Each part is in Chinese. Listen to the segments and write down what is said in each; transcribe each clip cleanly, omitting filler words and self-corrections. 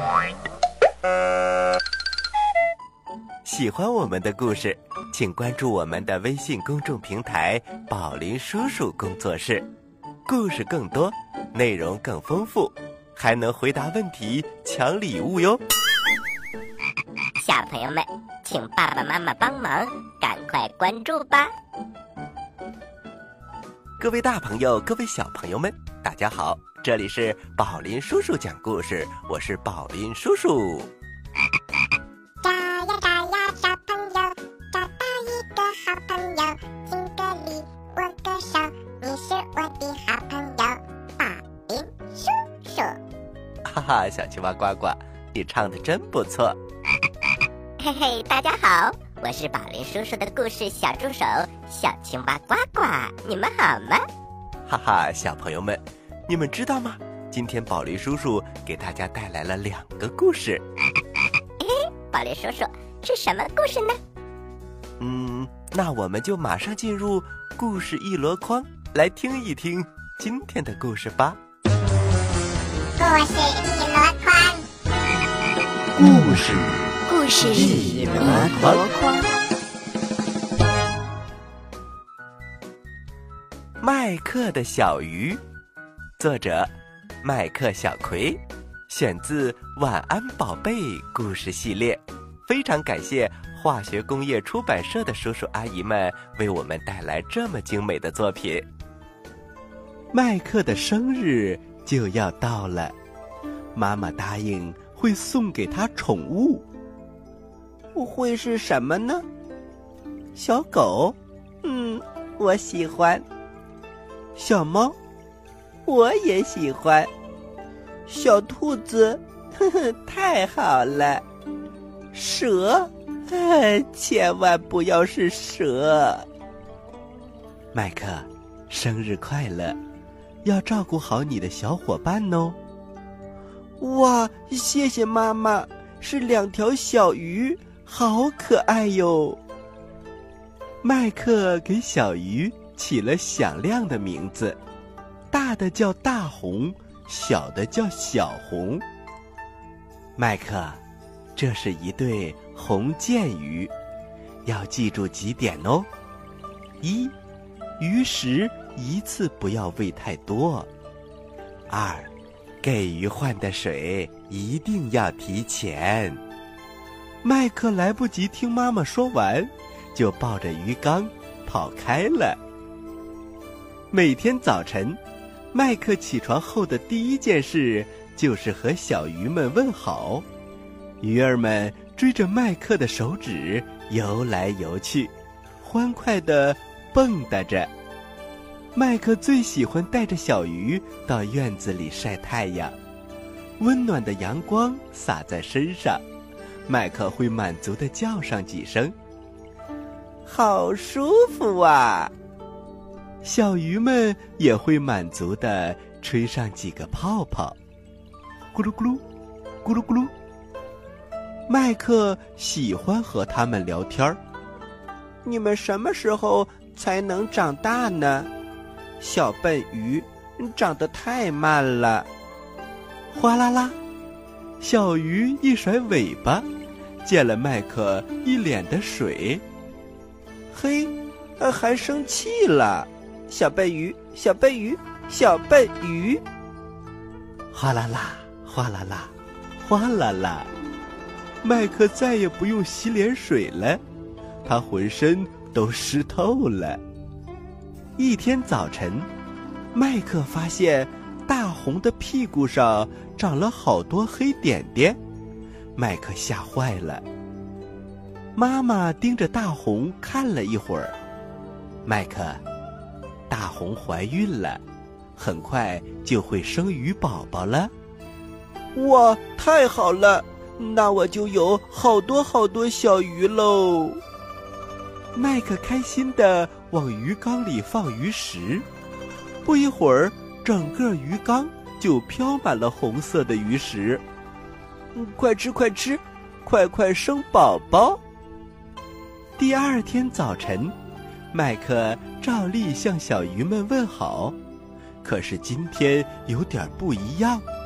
喜欢我们的故事，请关注我们的微信公众平台宝林叔叔工作室，故事更多，内容更丰富，还能回答问题抢礼物哟。 小朋友们，请爸爸妈妈帮忙，赶快关注吧。 各位大朋友，各位小朋友们，大家好，这里是宝林叔叔讲故事，我是宝林叔叔。 找呀找呀找朋友，找到一个好朋友，敬个礼，握个手，你是我的好朋友，宝林叔叔。 哈哈，小青蛙呱呱，你唱得真不错。 嘿嘿，大家好，我是宝林叔叔的故事小助手小青蛙呱呱，你们好吗？ 哈哈，小朋友们，你们知道吗？今天宝林叔叔给大家带来了2个故事。 宝林叔叔，是什么故事呢？ 那我们就马上进入故事一箩筐，来听一听今天的故事吧。 故事一箩筐， 故事一箩筐。麦克的小鱼，作者麦克小葵，选自《晚安宝贝》故事系列。非常感谢化学工业出版社的叔叔阿姨们为我们带来这么精美的作品。麦克的生日就要到了，妈妈答应会送给他宠物。会是什么呢？小狗？我喜欢。小猫？我也喜欢。小兔子？太好了。蛇？千万不要是蛇。麦克，生日快乐，要照顾好你的小伙伴哦。哇，谢谢妈妈，是2条小鱼，好可爱哟。麦克给小鱼起了响亮的名字，大的叫大红，小的叫小红。麦克，这是一对红箭鱼，要记住几点哦。1，鱼食一次不要喂太多。2，给鱼换的水一定要提前。麦克来不及听妈妈说完，就抱着鱼缸跑开了。每天早晨，麦克起床后的第一件事就是和小鱼们问好。鱼儿们追着麦克的手指游来游去，欢快地蹦跶着。麦克最喜欢带着小鱼到院子里晒太阳，温暖的阳光洒在身上，麦克会满足地叫上几声，好舒服啊。小鱼们也会满足地吹上几个泡泡，咕噜咕噜，咕噜咕噜。麦克喜欢和他们聊天。你们什么时候才能长大呢？小笨鱼长得太慢了。哗啦啦，小鱼一甩尾巴，溅了麦克一脸的水。嘿，还生气了。小笨鱼，小笨鱼，小笨鱼。哗啦啦，哗啦啦，哗啦啦。麦克再也不用洗脸水了，他浑身都湿透了。一天早晨，麦克发现大红的屁股上长了好多黑点点，麦克吓坏了。妈妈盯着大红看了一会儿，麦克，大红怀孕了，很快就会生鱼宝宝了。哇，太好了，那我就有好多好多小鱼喽。麦克开心地往鱼缸里放鱼食，不一会儿，整个鱼缸就飘满了红色的鱼食。快吃快吃，快快生宝宝。第2天早晨，麦克照例向小鱼们问好，可是今天有点不一样，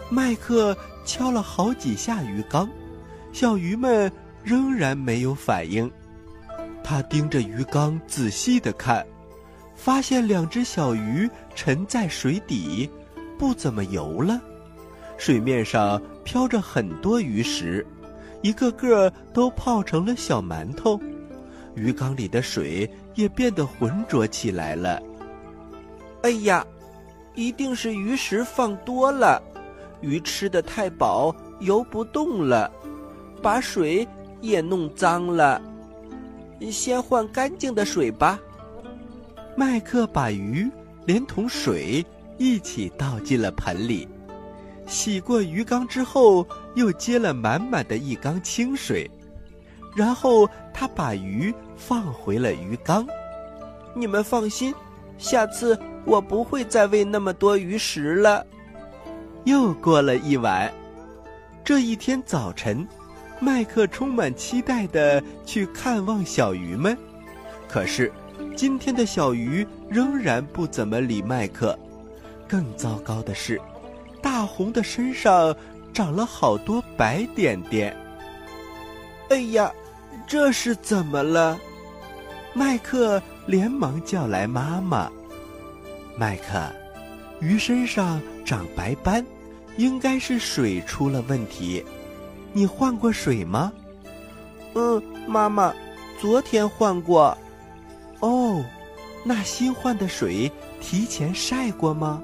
麦克敲了好几下鱼缸，小鱼们仍然没有反应。他盯着鱼缸仔细地看，发现2只小鱼沉在水底，不怎么游了。水面上飘着很多鱼食，一个个都泡成了小馒头。鱼缸里的水也变得浑浊起来了。哎呀，一定是鱼食放多了，鱼吃得太饱，游不动了，把水也弄脏了。先换干净的水吧。麦克把鱼连同水一起倒进了盆里，洗过鱼缸之后，又接了满满的一缸清水，然后他把鱼放回了鱼缸。你们放心，下次我不会再喂那么多鱼食了。又过了一晚，这一天早晨，麦克充满期待地去看望小鱼们，可是今天的小鱼仍然不怎么理麦克。更糟糕的是，大红的身上长了好多白点点。哎呀，这是怎么了？麦克连忙叫来妈妈。麦克，鱼身上长白斑，应该是水出了问题。你换过水吗？妈妈，昨天换过。哦，那新换的水提前晒过吗？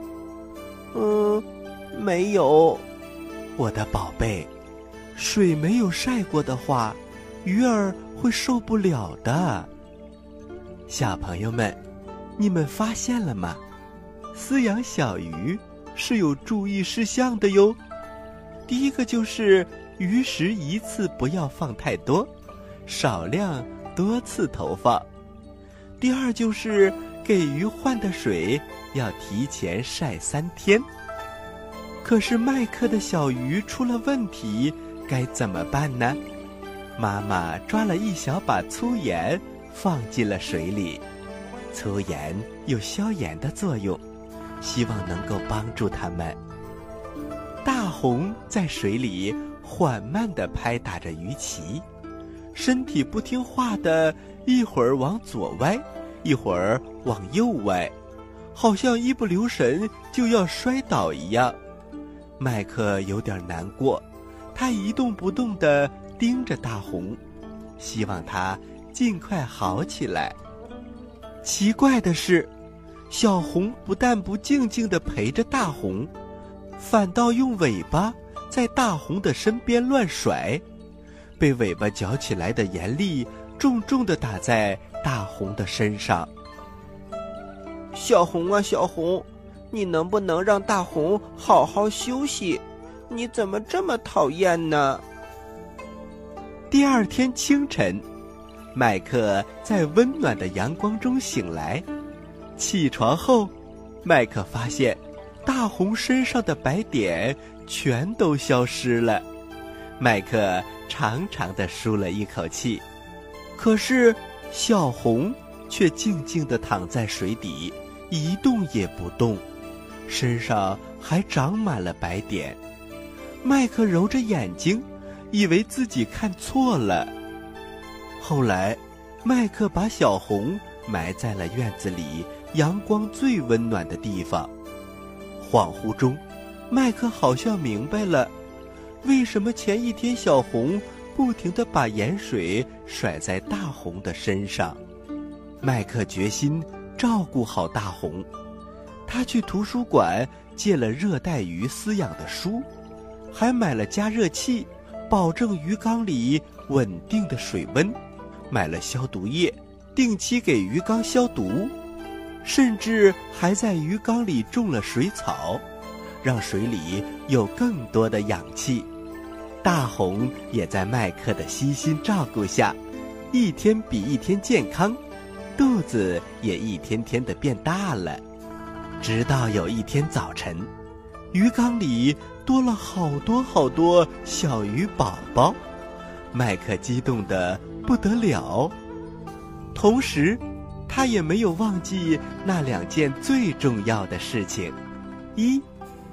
没有。我的宝贝，水没有晒过的话，鱼儿会受不了的。小朋友们，你们发现了吗？饲养小鱼是有注意事项的哟。第一个就是鱼食一次不要放太多，少量多次投放。第二就是给鱼换的水要提前晒3天。可是麦克的小鱼出了问题，该怎么办呢？妈妈抓了一小把粗盐放进了水里，粗盐有消炎的作用，希望能够帮助它们。大红在水里缓慢地拍打着鱼鳍，身体不听话的一会儿往左歪，一会儿往右歪，好像一不留神就要摔倒一样。麦克有点难过，他一动不动地盯着大红，希望他尽快好起来。奇怪的是，小红不但不静静地陪着大红，反倒用尾巴在大红的身边乱甩，被尾巴绞起来的盐粒重重地打在大红的身上。小红啊小红，你能不能让大红好好休息？你怎么这么讨厌呢？第二天清晨，麦克在温暖的阳光中醒来。起床后，麦克发现大红身上的白点全都消失了。麦克长长地舒了一口气。可是小红却静静地躺在水底，一动也不动，身上还长满了白点。麦克揉着眼睛，以为自己看错了。后来麦克把小红埋在了院子里阳光最温暖的地方。恍惚中，麦克好像明白了，为什么前一天小红不停地把盐水甩在大红的身上。麦克决心照顾好大红，他去图书馆借了热带鱼饲养的书，还买了加热器，保证鱼缸里稳定的水温，买了消毒液，定期给鱼缸消毒，甚至还在鱼缸里种了水草，让水里有更多的氧气。大红也在麦克的悉心照顾下，一天比一天健康，肚子也一天天的变大了。直到有一天早晨，鱼缸里多了好多好多小鱼宝宝，麦克激动得不得了。同时他也没有忘记那2件最重要的事情：一，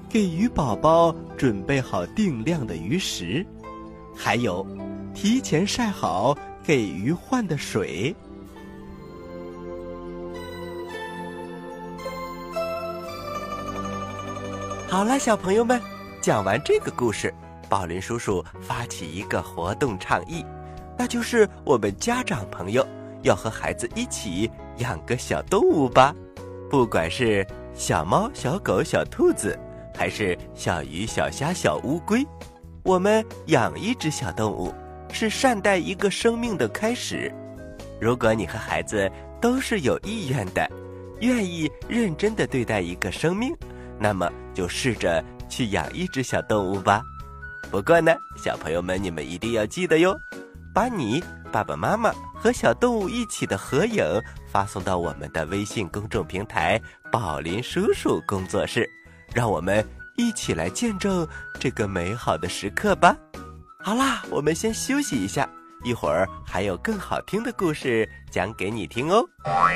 给鱼宝宝准备好定量的鱼食，还有提前晒好给鱼换的水。好了，小朋友们，讲完这个故事，宝林叔叔发起一个活动倡议，那就是我们家长朋友要和孩子一起养个小动物吧。不管是小猫、小狗、小兔子，还是小鱼、小虾、小乌龟，我们养一只小动物，是善待一个生命的开始。如果你和孩子都是有意愿的，愿意认真地对待一个生命，那么就试着去养一只小动物吧。不过呢，小朋友们，你们一定要记得哟，把你爸爸妈妈和小动物一起的合影发送到我们的微信公众平台宝林叔叔工作室，让我们一起来见证这个美好的时刻吧。好啦，我们先休息一下，一会儿还有更好听的故事讲给你听哦。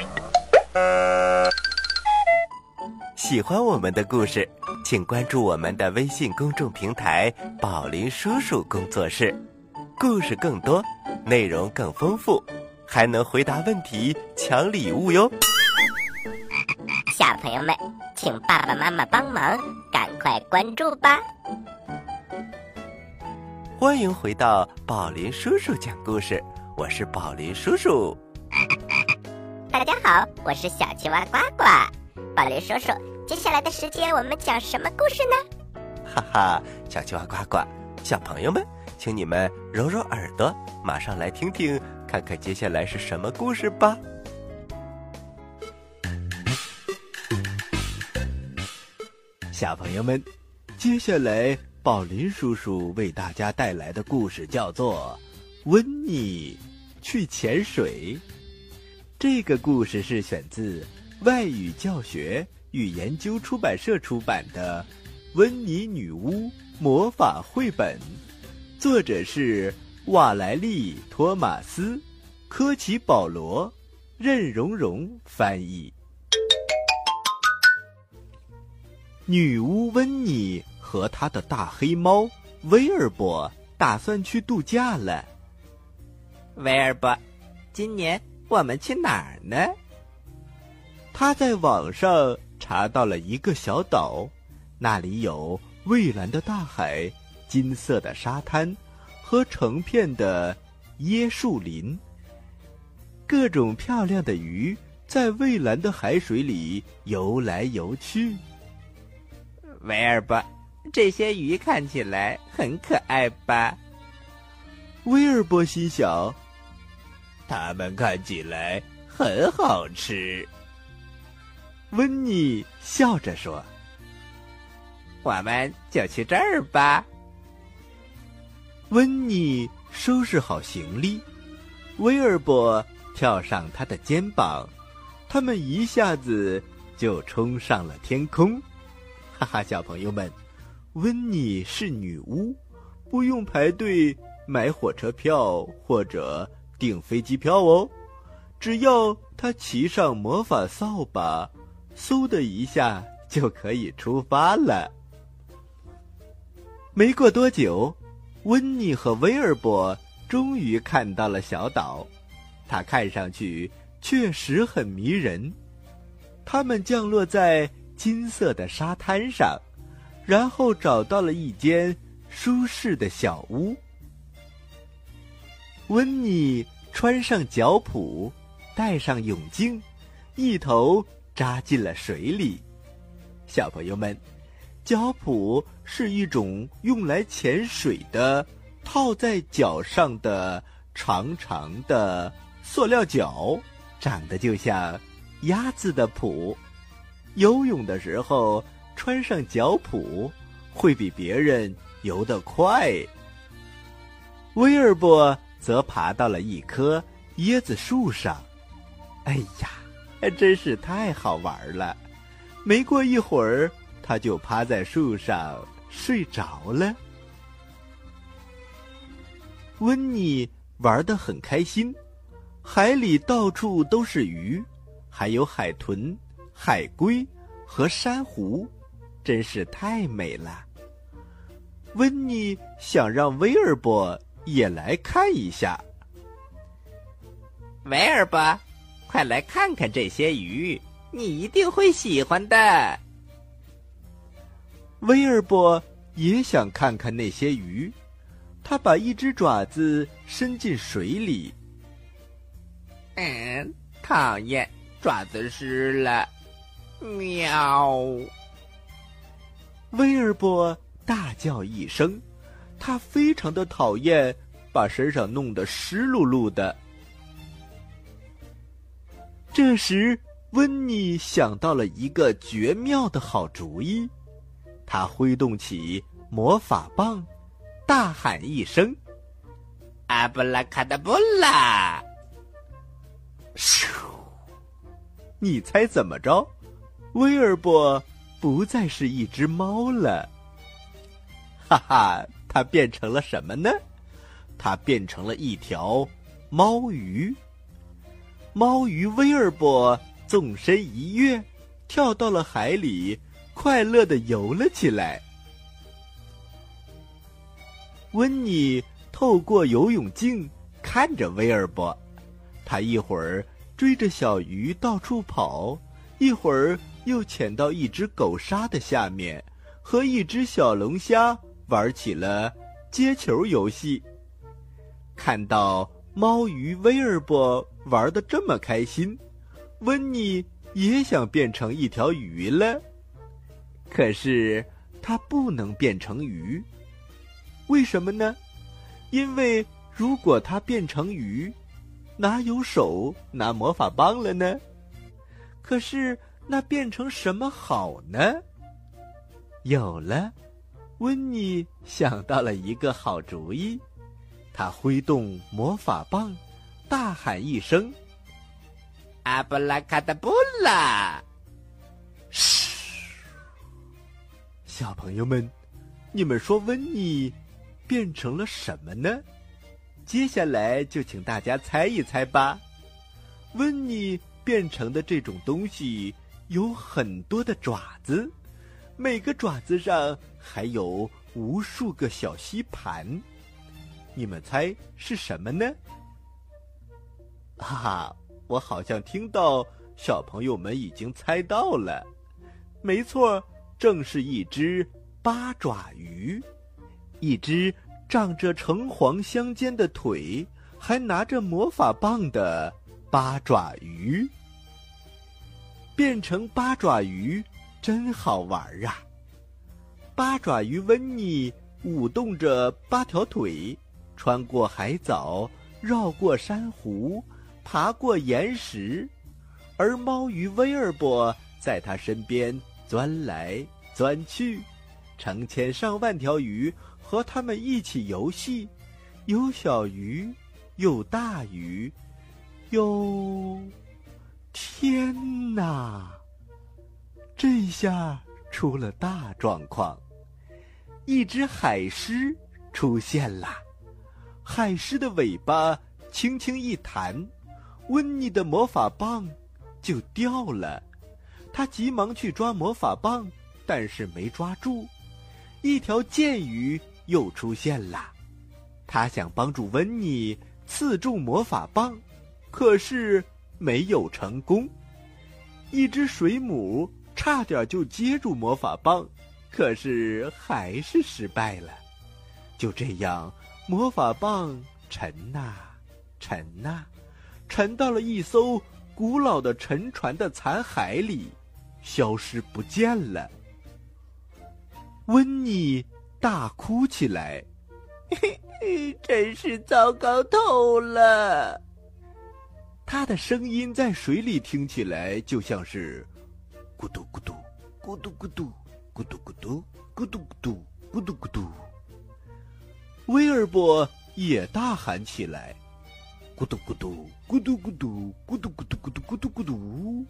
喜欢我们的故事，请关注我们的微信公众平台宝林叔叔工作室，故事更多，内容更丰富，还能回答问题抢礼物哟。 小朋友们，请爸爸妈妈帮忙，赶快关注吧。 欢迎回到宝林叔叔讲故事，我是宝林叔叔。 大家好，我是小青蛙呱呱。宝林叔叔，接下来的时间我们讲什么故事呢？ 哈哈，小青蛙呱呱，小朋友们，请你们揉揉耳朵，马上来听听，看看接下来是什么故事吧。小朋友们，接下来宝林叔叔为大家带来的故事叫做《温妮去潜水》。这个故事是选自外语教学与研究出版社出版的《温妮女巫魔法绘本》，作者是瓦莱丽·托马斯、科奇·保罗、任蓉蓉翻译。女巫温妮和她的大黑猫威尔伯打算去度假了。威尔伯，今年我们去哪儿呢？他在网上查到了一个小岛，那里有蔚蓝的大海、金色的沙滩和成片的椰树林。各种漂亮的鱼在蔚蓝的海水里游来游去。威尔伯，这些鱼看起来很可爱吧？威尔伯心想，它们看起来很好吃。温妮笑着说，我们就去这儿吧。温妮收拾好行李，威尔伯跳上他的肩膀，他们一下子就冲上了天空。哈哈，小朋友们，温妮是女巫，不用排队买火车票或者订飞机票哦，只要她骑上魔法扫把，嗖的一下就可以出发了。没过多久，温妮和威尔伯终于看到了小岛，它看上去确实很迷人。他们降落在金色的沙滩上，然后找到了一间舒适的小屋。温妮穿上脚蹼，戴上泳镜，一头扎进了水里。小朋友们，脚蹼是一种用来潜水的套在脚上的长长的塑料脚，长得就像鸭子的蹼。游泳的时候穿上脚蹼，会比别人游得快。威尔伯则爬到了一棵椰子树上。哎呀，真是太好玩了！没过一会儿，他就趴在树上睡着了。温妮玩得很开心，海里到处都是鱼，还有海豚、海龟和珊瑚。 真是太美了。温妮想让威尔伯也来看一下。威尔伯，快来看看这些鱼，你一定会喜欢的。威尔伯也想看看那些鱼，他把一只爪子伸进水里。讨厌，爪子湿了。喵！威尔伯大叫一声，他非常的讨厌把身上弄得湿漉漉的。这时，温妮想到了一个绝妙的好主意，他挥动起魔法棒，大喊一声：“阿布拉卡达布拉！”咻！你猜怎么着？威尔伯不再是一只猫了。哈哈，它变成了什么呢？它变成了一条猫鱼。猫鱼威尔伯纵身一跃，跳到了海里，快乐地游了起来。温妮透过游泳镜看着威尔伯，他一会儿追着小鱼到处跑，一会儿又潜到一只狗鲨的下面，和一只小龙虾玩起了接球游戏。看到猫鱼威尔伯玩得这么开心，温妮也想变成一条鱼了。可是它不能变成鱼，为什么呢？因为如果它变成鱼，哪有手拿魔法棒了呢？可是那变成什么好呢？有了，温妮想到了一个好主意，他挥动魔法棒，大喊一声：“阿布拉卡达布拉！”嘘，小朋友们，你们说温妮变成了什么呢？接下来就请大家猜一猜吧。温妮变成的这种东西有很多的爪子，每个爪子上还有无数个小吸盘。你们猜是什么呢？哈哈，我好像听到小朋友们已经猜到了。没错，正是一只八爪鱼，一只长着橙黄相间的腿，还拿着魔法棒的八爪鱼。变成八爪鱼真好玩啊！八爪鱼温妮舞动着8条腿，穿过海藻，绕过珊瑚，爬过岩石，而猫鱼威尔伯在他身边钻来钻去，成千上万条鱼和他们一起游戏，有小鱼，有大鱼，天哪！这下出了大状况，一只海狮出现了。海狮的尾巴轻轻一弹，温妮的魔法棒就掉了。他急忙去抓魔法棒，但是没抓住。一条剑鱼又出现了，他想帮助温妮刺中魔法棒，可是没有成功。一只水母差点就接住魔法棒，可是还是失败了。就这样，魔法棒沉呐沉呐，沉到了一艘古老的沉船的残骸里，消失不见了。温妮大哭起来，嘿嘿，真是糟糕透了。他的声音在水里听起来就像是咕嘟咕嘟咕嘟咕嘟咕嘟咕嘟咕嘟咕嘟咕嘟咕嘟。威尔伯也大喊起来，咕嘟咕嘟咕嘟咕嘟咕嘟咕嘟咕嘟咕嘟咕嘟。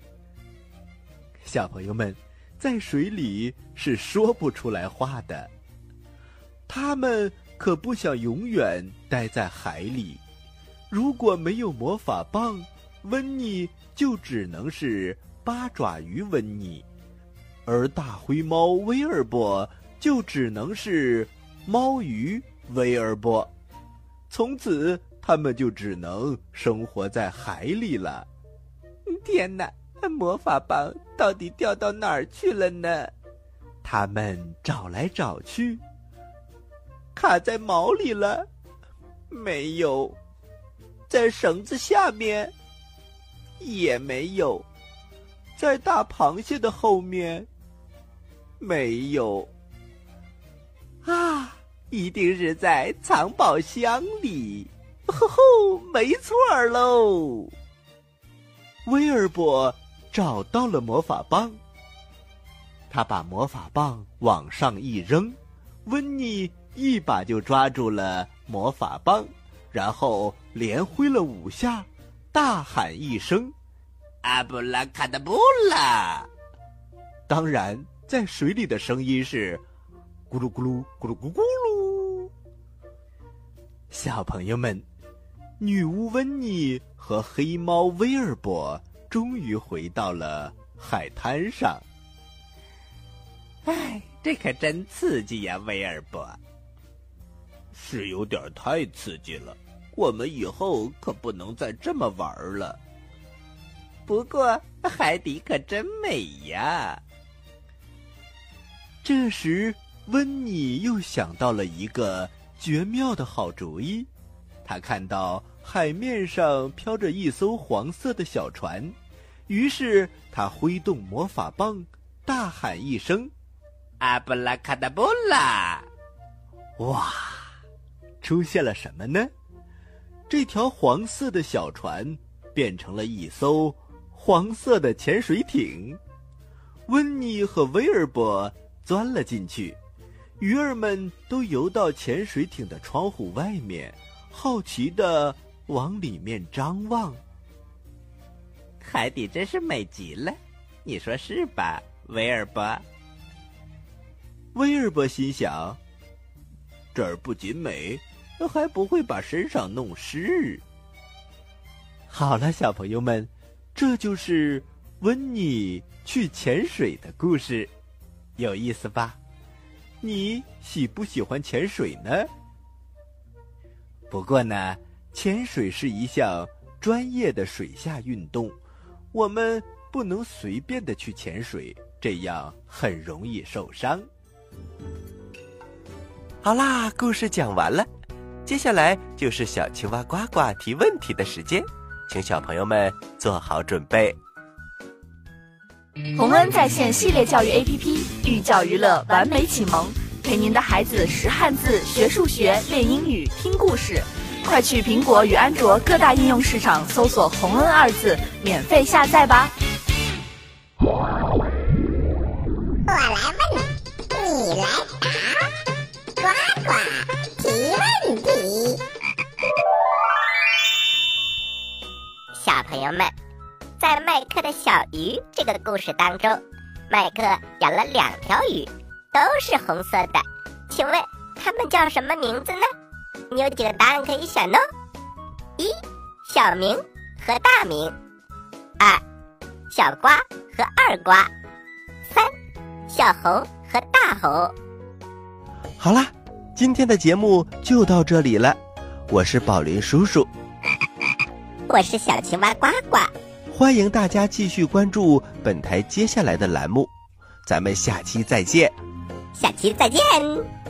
小朋友们，在水里是说不出来话的，他们可不想永远待在海里。如果没有魔法棒，温妮就只能是八爪鱼温妮。 而大灰猫威尔伯就只能是猫鱼威尔伯。从此他们就只能生活在海里了。 天哪，魔法棒到底掉到哪儿去了呢？ 他们找来找去，卡在毛里了，没有；在绳子下面，也没有；在大螃蟹的后面，没有。啊，一定是在藏宝箱里！吼吼，没错喽！威尔伯找到了魔法棒，他把魔法棒往上一扔，温妮一把就抓住了魔法棒，然后连挥了5下，大喊一声：“ 阿布拉卡达布拉！” 当然，在水里的声音是咕噜咕噜咕噜咕咕噜。小朋友们，女巫温妮和黑猫威尔伯终于回到了海滩上。 哎，这可真刺激呀，威尔伯。 是有点太刺激了，我们以后可不能再这么玩了。 不过海底可真美呀。 这时温妮又想到了一个绝妙的好主意，他看到海面上飘着一艘黄色的小船，于是他挥动魔法棒，大喊一声：“ 阿布拉卡达布拉！” 哇，出现了什么呢？这条黄色的小船变成了一艘黄色的潜水艇。温妮和威尔伯钻了进去，鱼儿们都游到潜水艇的窗户外面，好奇地往里面张望。 海底真是美极了，你说是吧，威尔伯？ 威尔伯心想，这儿不仅美，还不会把身上弄湿。好了，小朋友们，这就是温妮去潜水的故事，有意思吧？你喜不喜欢潜水呢？不过呢，潜水是一项专业的水下运动，我们不能随便的去潜水，这样很容易受伤。 好啦，故事讲完了，接下来就是小青蛙呱呱提问题的时间，请小朋友们做好准备。 洪恩在线系列教育 APP， 寓教于乐，完美启蒙，陪您的孩子识汉字、学数学、练英语、听故事。快去苹果与安卓各大应用市场搜索“洪恩”2字，免费下载吧。 我来问，你来答，呱呱提问题。 小朋友们，在麦克的小鱼这个故事当中，麦克养了2条鱼，都是红色的，请问它们叫什么名字呢？你有几个答案可以选呢？1. 小明和大明， 2. 小瓜和二瓜， 3. 小红和大红。 好啦，今天的节目就到这里了，我是宝林叔叔， 我是小青蛙呱呱， 欢迎大家继续关注本台接下来的栏目，咱们下期再见。 下期再见。